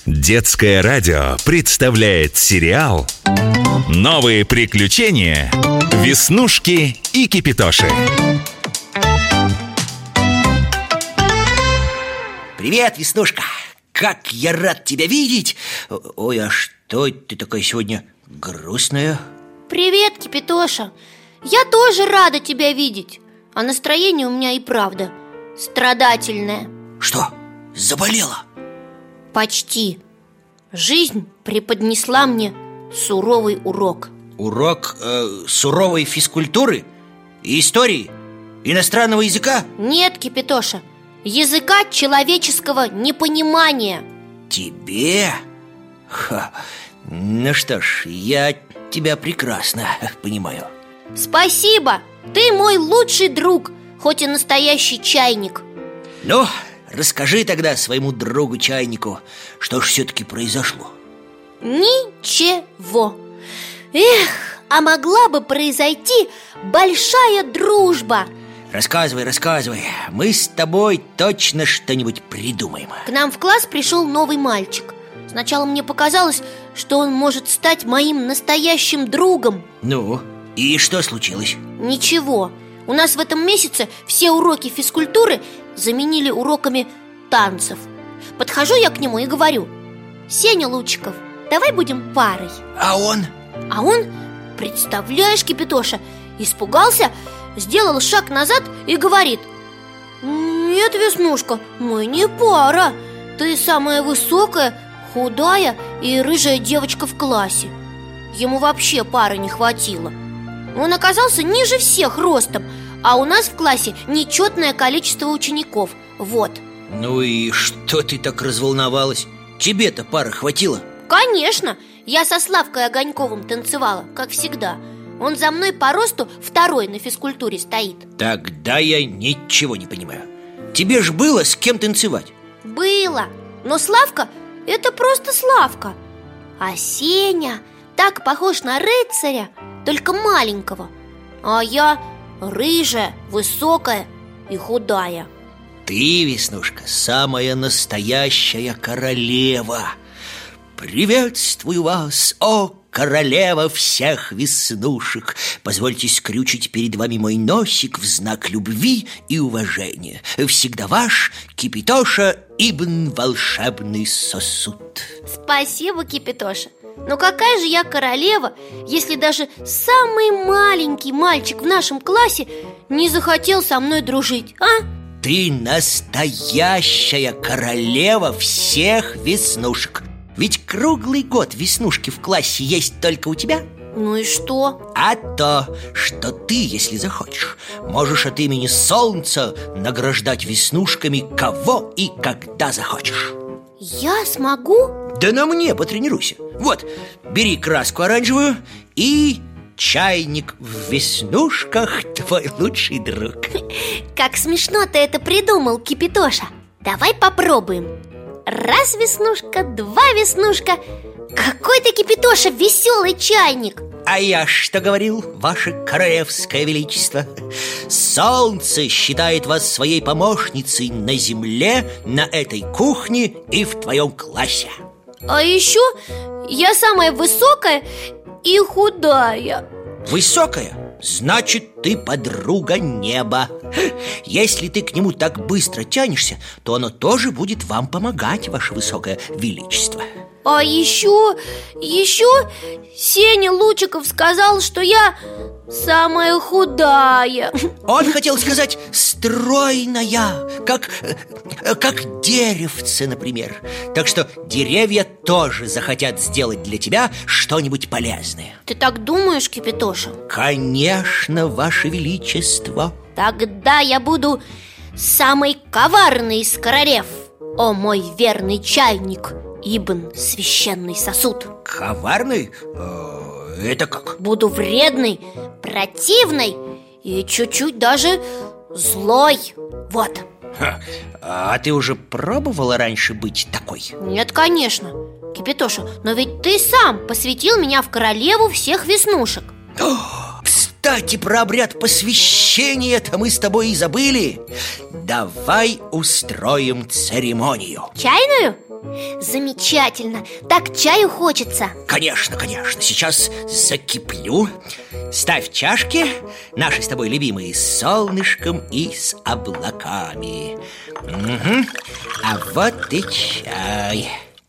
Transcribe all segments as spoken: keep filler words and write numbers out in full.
Детское радио представляет сериал «Новые приключения. Веснушки и Кипитоши». Привет, Веснушка! Как я рад тебя видеть! Ой, а что ты такая сегодня грустная? Привет, Кипитоша! Я тоже рада тебя видеть. А настроение у меня и правда страдательное. Что, заболела? Почти. Жизнь преподнесла мне суровый урок. Урок э, суровой физкультуры? И истории? Иностранного языка? Нет, Кипитоша, языка человеческого непонимания. Тебе? Ха. Ну что ж, я тебя прекрасно понимаю. Спасибо, ты мой лучший друг, хоть и настоящий чайник. Ну, расскажи тогда своему другу-чайнику, что ж все-таки произошло. Ничего. Эх, а могла бы произойти большая дружба. Рассказывай, рассказывай. Мы с тобой точно что-нибудь придумаем. К нам в класс пришел новый мальчик. Сначала мне показалось, что он может стать моим настоящим другом. Ну, и что случилось? Ничего. У нас в этом месяце все уроки физкультуры заменили уроками танцев. Подхожу я к нему и говорю: Сеня Лучиков, давай будем парой. А он? А он, представляешь, Кипитоша, испугался, сделал шаг назад и говорит: нет, Веснушка, мы не пара. Ты самая высокая, худая и рыжая девочка в классе. Ему вообще пары не хватило. Он оказался ниже всех ростом, а у нас в классе нечетное количество учеников. Вот. Ну и что ты так разволновалась? Тебе-то пары хватило? Конечно, я со Славкой Огоньковым танцевала, как всегда. Он за мной по росту второй на физкультуре стоит. Тогда я ничего не понимаю. Тебе ж было с кем танцевать? Было, но Славка – это просто Славка. А Сеня так похож на рыцаря, только маленького. А я рыжая, высокая и худая. Ты, Веснушка, самая настоящая королева. Приветствую вас, о королева всех веснушек. Позвольте скрючить перед вами мой носик в знак любви и уважения. Всегда ваш Кипитоша Ибн Волшебный Сосуд. Спасибо, Кипитоша. Но какая же я королева, если даже самый маленький мальчик в нашем классе не захотел со мной дружить, а? Ты настоящая королева всех веснушек. Ведь круглый год веснушки в классе есть только у тебя. Ну и что? А то, что ты, если захочешь, можешь от имени солнца награждать веснушками кого и когда захочешь. Я смогу? Да на мне потренируйся. Вот, бери краску оранжевую и чайник в веснушках твой лучший друг. Как смешно ты это придумал, Кипитоша. Давай попробуем. Раз веснушка, два веснушка. Какой ты, Кипитоша, веселый чайник. А я что говорил, ваше королевское величество? Солнце считает вас своей помощницей на земле, на этой кухне и в твоем классе. А еще я самая высокая и худая. Высокая? Значит, ты подруга неба. Если ты к нему так быстро тянешься, то оно тоже будет вам помогать, ваше высокое величество. А еще, еще Сеня Лучиков сказал, что я самая худая. Он хотел сказать стройная, как, как деревце, например. Так что деревья тоже захотят сделать для тебя что-нибудь полезное. Ты так думаешь, Кипитоша? Конечно, ваше величество. Тогда я буду самый коварный из королев, о мой верный чайник Ибн Священный Сосуд. Коварный? Это как? Буду вредный, противный и чуть-чуть даже злой. Вот. Ха. А ты уже пробовала раньше быть такой? Нет, конечно. Кипитоша, но ведь ты сам посвятил меня в королеву всех веснушек. Кстати, про обряд посвящения-то мы с тобой и забыли. Давай устроим церемонию. Чайную? Замечательно, так чаю хочется. Конечно, конечно, сейчас закиплю. Ставь чашки, наши с тобой любимые, с солнышком и с облаками. Угу. А вот и чай.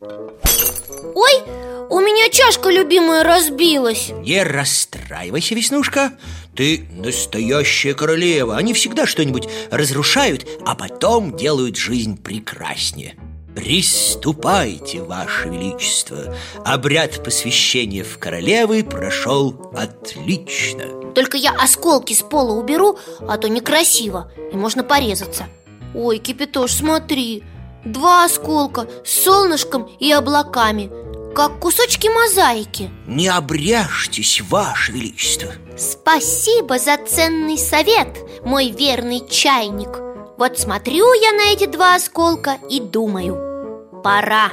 Ой, у меня чашка любимая разбилась. Не расстраивайся, Веснушка. Ты настоящая королева. Они всегда что-нибудь разрушают, а потом делают жизнь прекраснее. Приступайте, Ваше Величество. Обряд посвящения в королевы прошел отлично. Только я осколки с пола уберу, а то некрасиво, и можно порезаться. Ой, Кипятош, смотри, два осколка с солнышком и облаками, как кусочки мозаики. Не обряжьтесь, Ваше Величество. Спасибо за ценный совет, мой верный чайник. Вот смотрю я на эти два осколка и думаю: пора.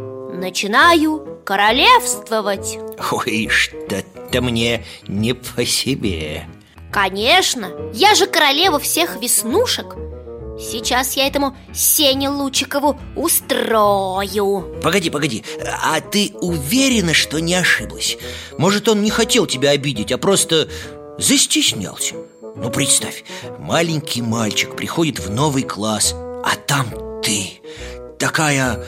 Начинаю королевствовать. Ой, что-то мне не по себе. Конечно, я же королева всех веснушек. Сейчас я этому Сене Лучикову устрою. Погоди, погоди, а ты уверена, что не ошиблась? Может, он не хотел тебя обидеть, а просто застеснялся? Ну, представь, маленький мальчик приходит в новый класс, а там ты, такая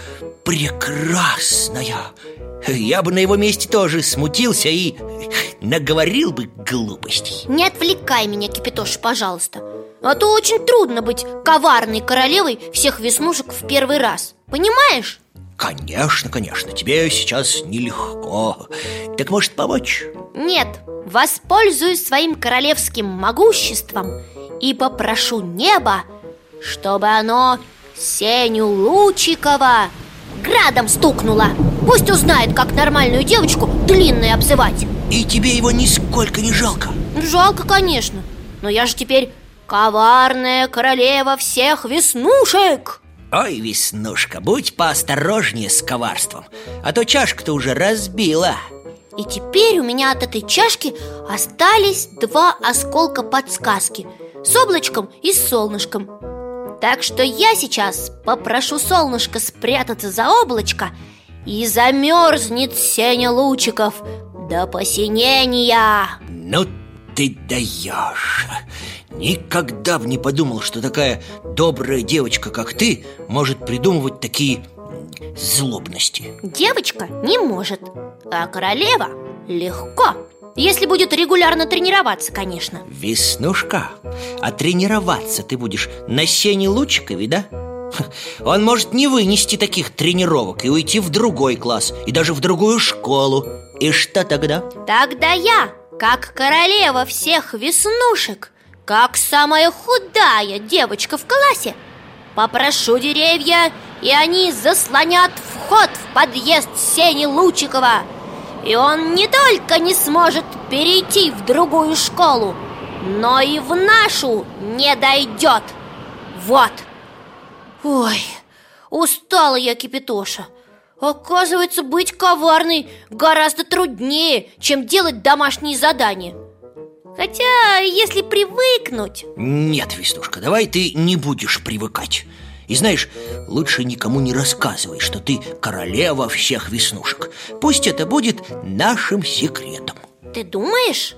прекрасная. Я бы на его месте тоже смутился и наговорил бы глупостей. Не отвлекай меня, Кипятош, пожалуйста. А то очень трудно быть коварной королевой всех веснушек в первый раз. Понимаешь? Конечно, конечно, тебе сейчас нелегко. Так может помочь? Нет, воспользуюсь своим королевским могуществом и попрошу небо, чтобы оно Сеню Лучикова градом стукнуло. Пусть узнает, как нормальную девочку длинной обзывать. И тебе его нисколько не жалко? Жалко, конечно, но я же теперь коварная королева всех веснушек. Ой, Веснушка, будь поосторожнее с коварством, а то чашку-то уже разбила. И теперь у меня от этой чашки остались два осколка подсказки с облачком и с солнышком. Так что я сейчас попрошу солнышко спрятаться за облачко, и замерзнет Сеня Лучиков до посинения. Ну ты даешь. Никогда бы не подумал, что такая добрая девочка, как ты, может придумывать такие злобности. Девочка не может, а королева легко, если будет регулярно тренироваться, конечно. Веснушка, а тренироваться ты будешь на Сене Лучикове, да? Он может не вынести таких тренировок и уйти в другой класс, и даже в другую школу. И что тогда? Тогда я, как королева всех веснушек, как самая худая девочка в классе, попрошу деревья, и они заслонят вход в подъезд Сени Лучикова. И он не только не сможет перейти в другую школу, но и в нашу не дойдет. Вот. Ой, устала я, Кипятоша. Оказывается, быть коварной гораздо труднее, чем делать домашние задания. Хотя, если привыкнуть... Нет, Веснушка, давай ты не будешь привыкать. И знаешь, лучше никому не рассказывай, что ты королева всех веснушек. Пусть это будет нашим секретом. Ты думаешь?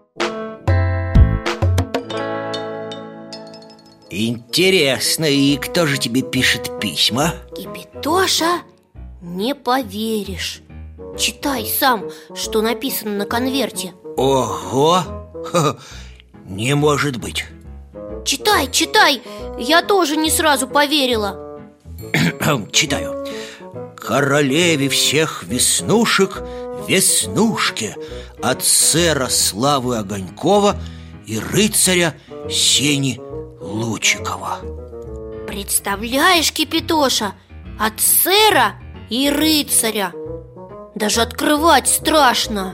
Интересно, и кто же тебе пишет письма? Кипятоша, не поверишь. Читай сам, что написано на конверте. Ого! Ха-ха. Не может быть. Читай, читай, я тоже не сразу поверила. Читаю. Королеве всех веснушек, Веснушке, от сэра Славы Огонькова и рыцаря Сени Лучикова. Представляешь, Кипятоша, от сэра и рыцаря. Даже открывать страшно.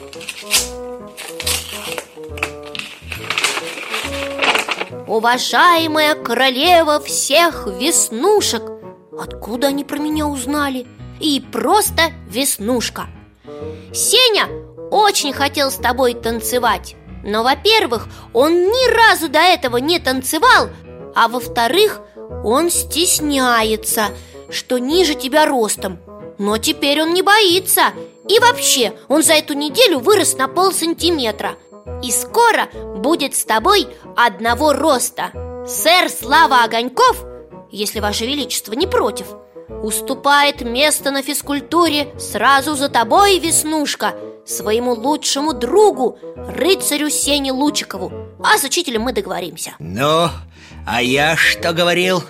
Уважаемая королева всех веснушек. Откуда они про меня узнали? И просто Веснушка. Сеня очень хотел с тобой танцевать. Но, во-первых, он ни разу до этого не танцевал, а во-вторых, он стесняется, что ниже тебя ростом. Но теперь он не боится. И вообще, он за эту неделю вырос на полсантиметра. И скоро будет с тобой одного роста. Сэр Слава Огоньков, если Ваше Величество не против, уступает место на физкультуре сразу за тобой, Веснушка, своему лучшему другу, рыцарю Сене Лучикову. А с учителем мы договоримся. Ну, а я что говорил?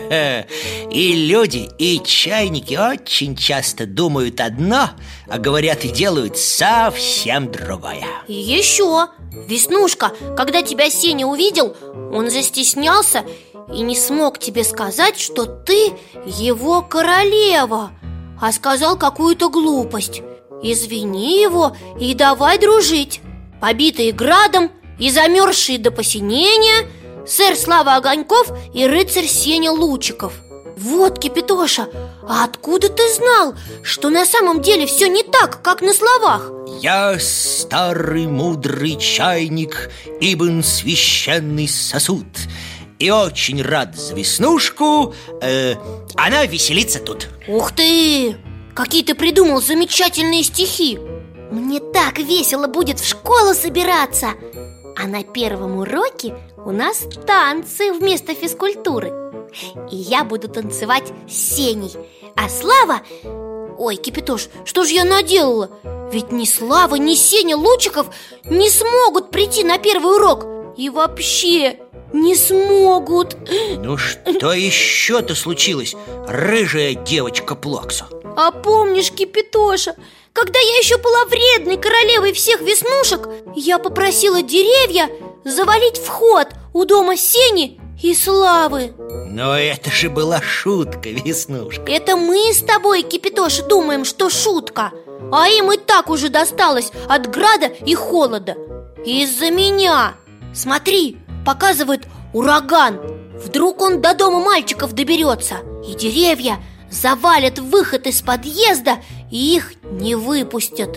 И люди, и чайники очень часто думают одно, а говорят и делают совсем другое. И еще, Веснушка, когда тебя Сеня увидел, он застеснялся и не смог тебе сказать, что ты его королева, а сказал какую-то глупость. Извини его и давай дружить. Побитые градом и замерзшие до посинения сэр Слава Огоньков и рыцарь Сеня Лучиков. Вот, Кипитоша, а откуда ты знал, что на самом деле все не так, как на словах? Я старый мудрый чайник, ибн священный сосуд, и очень рад за Веснушку. э, Она веселится тут. Ух ты! Какие ты придумал замечательные стихи! Мне так весело будет в школу собираться. А на первом уроке у нас танцы вместо физкультуры. И я буду танцевать с Сеней. А Слава... Ой, Кипитош, что же я наделала? Ведь ни Слава, ни Сеня Лучиков не смогут прийти на первый урок. И вообще не смогут. Ну что еще-то случилось, рыжая девочка Плакса? А помнишь, Кипитоша, когда я еще была вредной королевой всех веснушек, я попросила деревья завалить вход у дома Сени и Славы? Но это же была шутка, Веснушка. Это мы с тобой, Кипитоша, думаем, что шутка. А им и так уже досталось от града и холода. Из-за меня. Смотри, показывает ураган. Вдруг он до дома мальчиков доберется, и деревья завалят выход из подъезда, и их не выпустят.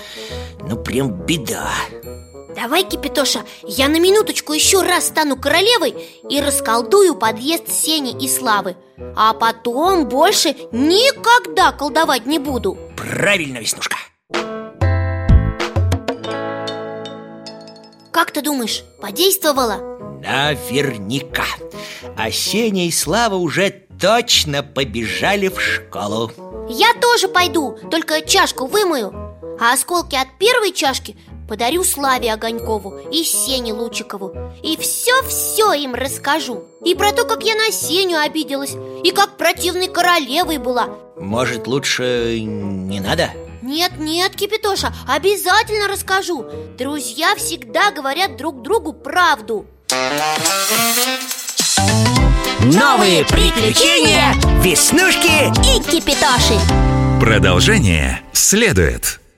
Ну прям беда. Давай, Кипитоша, я на минуточку еще раз стану королевой и расколдую подъезд Сени и Славы. А потом больше никогда колдовать не буду. Правильно, Веснушка. Как ты думаешь, подействовало? Наверняка. А Сеня и Слава уже точно побежали в школу. Я тоже пойду, только чашку вымою. А осколки от первой чашки подарю Славе Огонькову и Сене Лучикову. И все-все им расскажу. И про то, как я на Сеню обиделась, и как противной королевой была. Может, лучше не надо? Нет-нет, Кипитоша, обязательно расскажу. Друзья всегда говорят друг другу правду. Новые приключения Веснушки и Кипитоши. Продолжение следует.